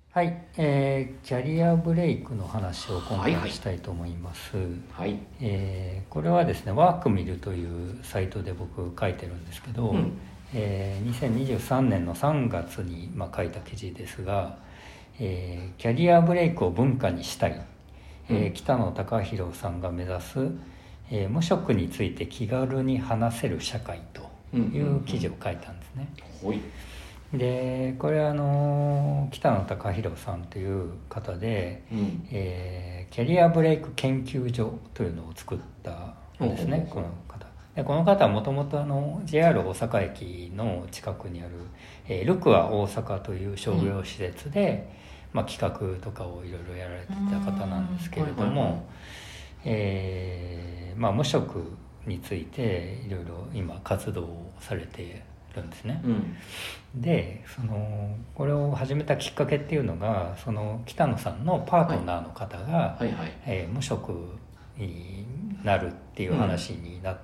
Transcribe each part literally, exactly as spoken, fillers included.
はい、えーキャリアブレイクの話を今回はしたいと思います。 はい。 えーこれはですね、ワークミルというサイトで僕書いてるんですけど、 うんえーにせんにじゅうさんねんのさんがつに、まあ、書いた記事ですが、えーキャリアブレイクを文化にしたい、えーうん北野貴弘さんが目指す、えー無職について気軽に話せる社会という記事を書いたんですね。 ほい。 でこれはあの北野貴弘さんという方で、 うんえーキャリアブレイク研究所というのを作ったんですね、この方で。この方はもともと ジェイアール 大阪駅の近くにある、えールクア大阪という商業施設で、まあ、企画とかをいろいろやられてた方なんですけれども、えーまあ、無職についていろいろ今活動をされてるんですね。 うんでそのこれを始めたきっかけっていうのが、その北野さんのパートナーの方が、 はいはいえー無職になるっていう話になって、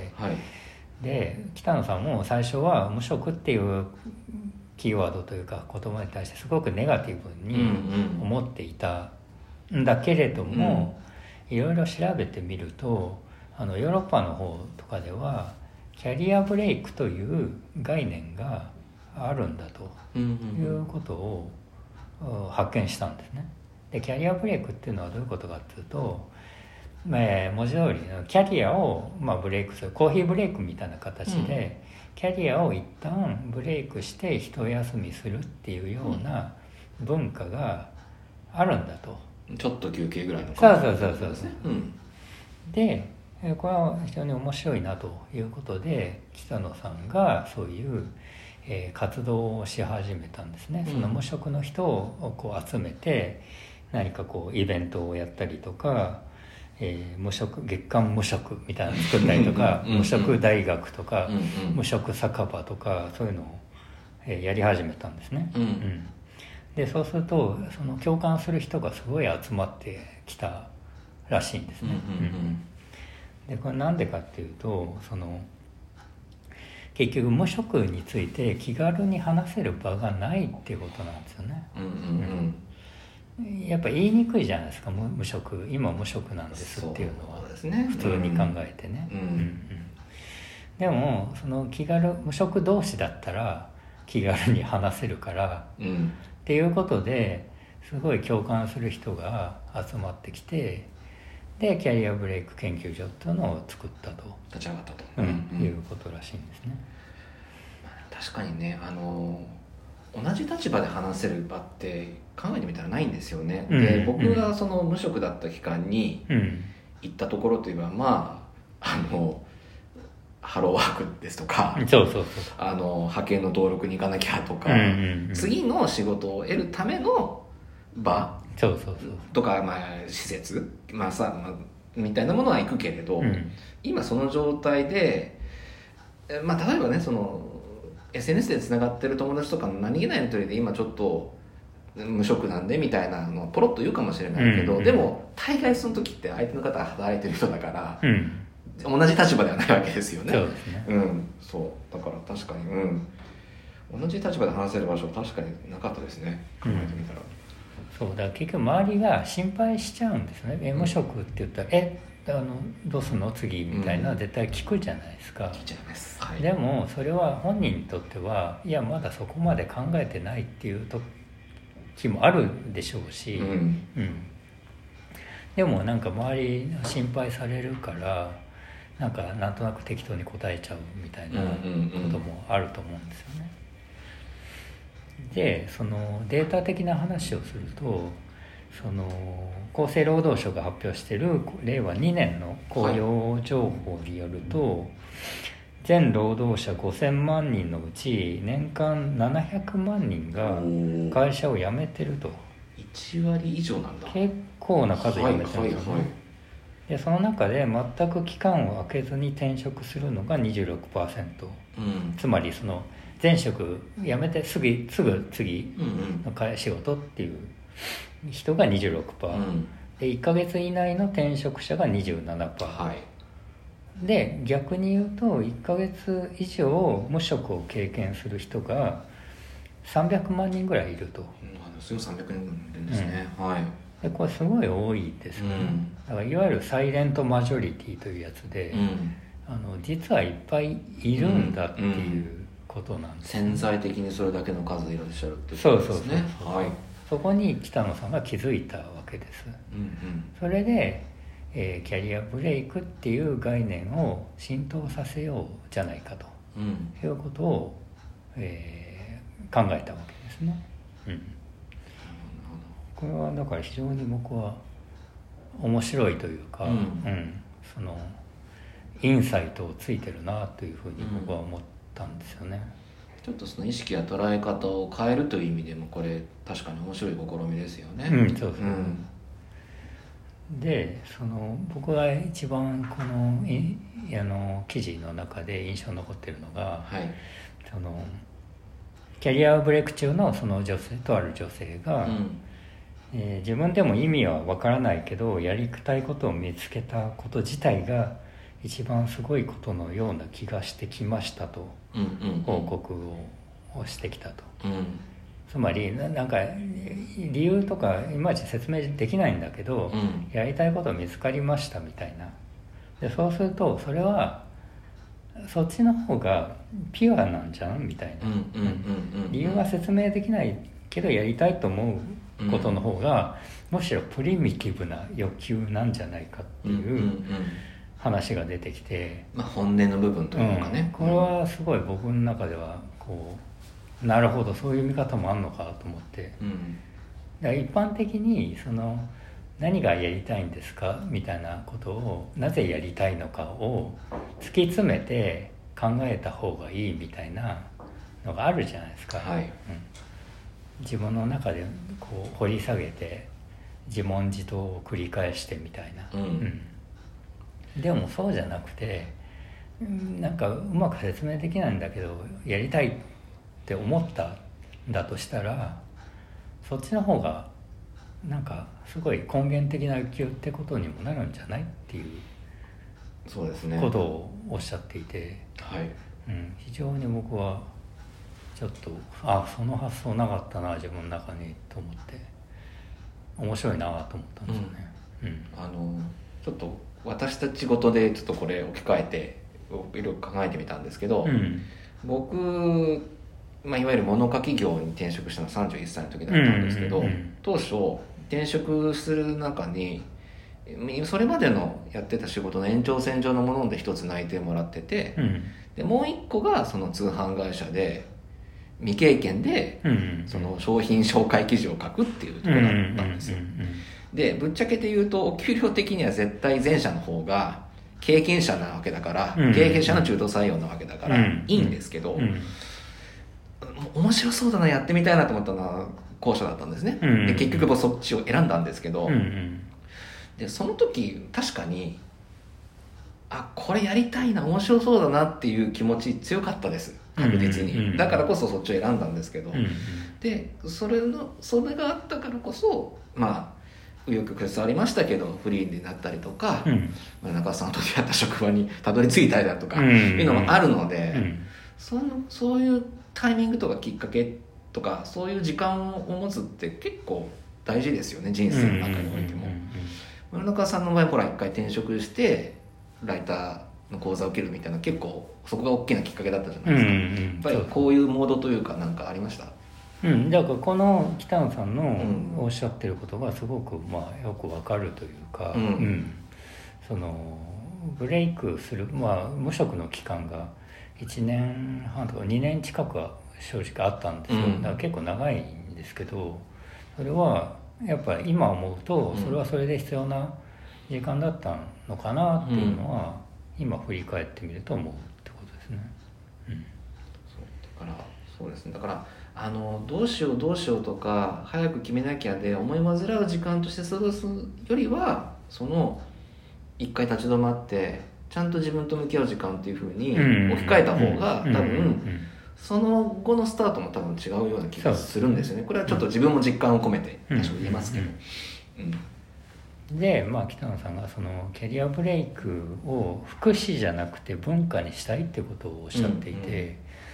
はいで北野さんも最初は無職っていうキーワードというか言葉に対してすごくネガティブに思っていたんだけれども、いろいろ調べてみると、あのヨーロッパの方とかではキャリアブレイクという概念があるんだということを発見したんですね。でキャリアブレイクっていうのはどういうことかっていうと、えー文字通りキャリアを、まあ、ブレイクする、コーヒーブレイクみたいな形で、うん、キャリアを一旦ブレイクして一休みするっていうような文化があるんだと。 ちょっと休憩ぐらいの感じそうそうそうそうですね、 うん、 でこれは非常に面白いなということで、北野さんがそういう、えー活動をし始めたんですね。その無職の人をこう集めて何かこうイベントをやったりとか、えー無職月間無職みたいなの作ったりとか無職大学とか、 うんうん、 無職酒場とかそういうのを、えーやり始めたんですね。 うんうんでそうするとその共感する人がすごい集まってきたらしいんですね。 うんうんうん、 でこれなんでかっていうと、その結局無職について気軽に話せる場がないっていうことなんですよね。 うんうんうん、やっぱ言いにくいじゃないですか、無無職今無職なんですっていうのは。 そうですね、 普通に考えてね、 うんうんうんうん、でもその気軽無職同士だったら気軽に話せるから、 うん、 っていうことですごい共感する人が集まってきて、でキャリアブレイク研究所っていうのを作ったと立ち上がったと、 うんうん、いうことらしいんですね。 確かにね、あの同じ立場で話せる場って考えてみたらないんですよね、うん、で僕がその無職だった期間に行ったところといえば、まああのハローワークですとか、 そうそうそう、 あの派遣の登録に行かなきゃとか、 うんうんうん、次の仕事を得るための場そうそうそうとか、まあ、施設、まあさまあ、みたいなものは行くけれど、うん、今その状態で、まあ、例えばねその エスエヌエス でつながってる友達とかの何気ないやり取りで今ちょっと無職なんでみたいなのをポロッと言うかもしれないけど、うんうん、でも大概その時って相手の方が働いてる人だから、うん、同じ立場ではないわけですよね。 そうですね、 うん、そうだから確かに、うん、同じ立場で話せる場所は確かになかったですね、考えてみたら、うん、 そうだから結局周りが心配しちゃうんですね。え無職って言ったら、うん、えあのどうすんの次みたいな絶対聞くじゃないですか、うん、 聞いちゃいます、はい、 でもそれは本人にとってはいやまだそこまで考えてないっていう時もあるでしょうし、 うんうん、でもなんか周り心配されるからなんかなんとなく適当に答えちゃうみたいなこともあると思うんですよね。でそのデータ的な話をすると、その厚生労働省が発表しているれいわにねんの雇用情報によると、はい、全労働者ごせんまんにんのうち年間ななひゃくまんにんが会社を辞めてると。 いちわり以上なんだ。 結構な数辞めてるんですよね、はいはいはい、でその中で全く期間を空けずに転職するのが にじゅうろくパーセント、うん、つまりその前職辞めてすぐすぐ次の会仕事っていう人が にじゅうろくパーセント、うん、でいっかげつ以内の転職者が にじゅうななパーセント、はい、で逆に言うといっかげつ以上無職を経験する人がさんびゃくまんにんぐらいいると。 なそれもさんびゃくにんいるんですね、うん、はい。 でこれすごい多いですね、うん、だからいわゆるサイレントマジョリティというやつで、うん、あの実はいっぱいいるんだっていうことなんです、ね、 潜在的にそれだけの数いらっしゃるっていうことですね。 そうそうそう、はい、そこに北野さんが気づいたわけです、うんうん、それで、えー、キャリアブレイクっていう概念を浸透させようじゃないかと、うん、いうことを、えー、考えたわけですね、うん、これはだから非常に僕は面白いというか、うんうん、そのインサイトをついてるなというふうに僕は思ったんですよね、 うん、ちょっとその意識や捉え方を変えるという意味でもこれ確かに面白い試みですよね。 うん、そうそう、うん、でその僕が一番このいあの記事の中で印象に残ってるのが、はい、そのキャリアブレイク中のその女性とある女性が、うんえー、自分でも意味は分からないけどやりたいことを見つけたこと自体が一番すごいことのような気がしてきましたと報告をしてきたと、うんうん、つまりなんか理由とかいまいち説明できないんだけど、うん、やりたいこと見つかりましたみたいな。でそうするとそれはそっちの方がピュアなんじゃんみたいな、理由は説明できないけどやりたいと思うことの方が、うん、むしろプリミティブな欲求なんじゃないかっていう話が出てきて、 まあ、本音の部分というかね、 うん、これはすごい僕の中ではこうなるほどそういう見方もあるのかと思って、うん、だから一般的にその何がやりたいんですかみたいなことをなぜやりたいのかを突き詰めて考えた方がいいみたいなのがあるじゃないですか、はいうん、自分の中でこう掘り下げて自問自答を繰り返してみたいな、うんうん、でもそうじゃなくてなんかうまく説明できないんだけどやりたいって思ったんだとしたらそっちの方がなんかすごい根源的な欲求ってことにもなるんじゃないっていうそうですねことをおっしゃっていて、 はいうん、非常に僕はちょっとあその発想なかったな自分の中にと思って面白いなと思ったんですよね、うんうん、 あのちょっと私たち事でちょっとこれ置き換えていろいろ考えてみたんですけど、うん、僕、まあ、いわゆる物書き業に転職したのはさんじゅういっさいの時だったんですけど、うんうんうん、当初転職する中にそれまでのやってた仕事の延長線上のもので一つ内定もらってて、うん、でもう一個がその通販会社で未経験でその商品紹介記事を書くっていうところだったんですよ。でぶっちゃけて言うとお給料的には絶対前者の方が経験者なわけだから、うん、経験者の中途採用なわけだから、うん、いいんですけど、うん、面白そうだなやってみたいなと思ったのは後者だったんですね、うん、で結局そっちを選んだんですけど、うん、でその時確かにあこれやりたいな面白そうだなっていう気持ち強かったです確実に、うんうんうん、だからこそそっちを選んだんですけど、うんうん、でそれのそれがあったからこそまあ紆余曲折ありましたけどフリーになったりとか、うん、中田さんと出会った職場にたどり着いたりだとかいうのもあるので、うんうん、そのそういうタイミングとかきっかけとかそういう時間を持つって結構大事ですよね人生の中においても。中田さんの場合ほら一回転職してライターの講座を受けるみたいな結構そこが大きなきっかけだったじゃないですか、うんうんうん、やっぱりこういうモードというか何かありました？ うん、だからこの北野さんのおっしゃってることがすごくまあよくわかるというか、うんうん、そのブレイクする、まあ、無職の期間がいちねんはんとかにねん近くは正直あったんですよ、うん、だから結構長いんですけどそれはやっぱり今思うとそれはそれで必要な時間だったのかなっていうのは、うん、今振り返ってみると思うってことですね、うん、 そうだからそうですねだからあのどうしようどうしようとか早く決めなきゃで思い煩う時間として過ごすよりはその一回立ち止まってちゃんと自分と向き合う時間っていう風に置き換えた方が多分その後のスタートも多分違うような気がするんですよね。これはちょっと自分も実感を込めて多少言えますけど、 うん、で、まあ、北野さんがそのキャリアブレイクを福祉じゃなくて文化にしたいってことをおっしゃっていて、うんうん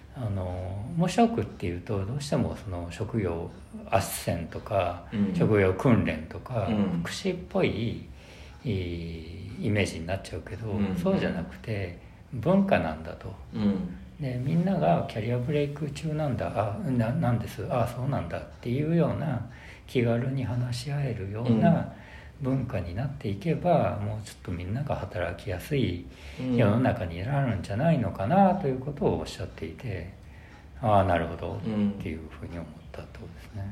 あの無職っていうとどうしてもその職業斡旋とか、うん、職業訓練とか、うん、福祉っぽいイメージになっちゃうけど、うん、そうじゃなくて文化なんだと、うん、でみんながキャリアブレイク中なんだ、あななんですあそうなんだっていうような気軽に話し合えるような文化になっていけば、うん、もうちょっとみんなが働きやすい世の中になるんじゃないのかなということをおっしゃっていて、ああなるほどっていうふうに思ったところですね。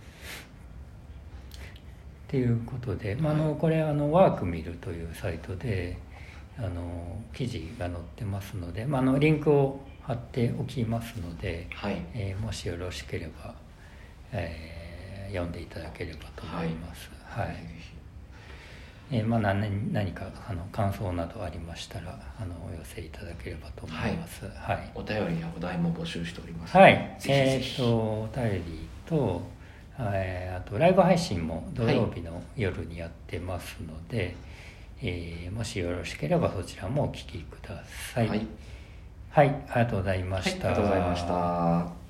っていうことで、まあ、あのこれあのワークミルというサイトであの記事が載ってますので、まあ、あのリンクを貼っておきますので、はい、えー、もしよろしければ、えー、読んでいただければと思います。はい、はい、えーまあ、何, 何かあの感想などありましたらあのお寄せいただければと思います。はいはい、 お便りやお題も募集しております。 はい、えー、とお便りとあとライブ配信も土曜日の夜にやってますので、はい、えー、もしよろしければそちらもお聞きください。はい、はい、ありがとうございました。 はい、ありがとうございました。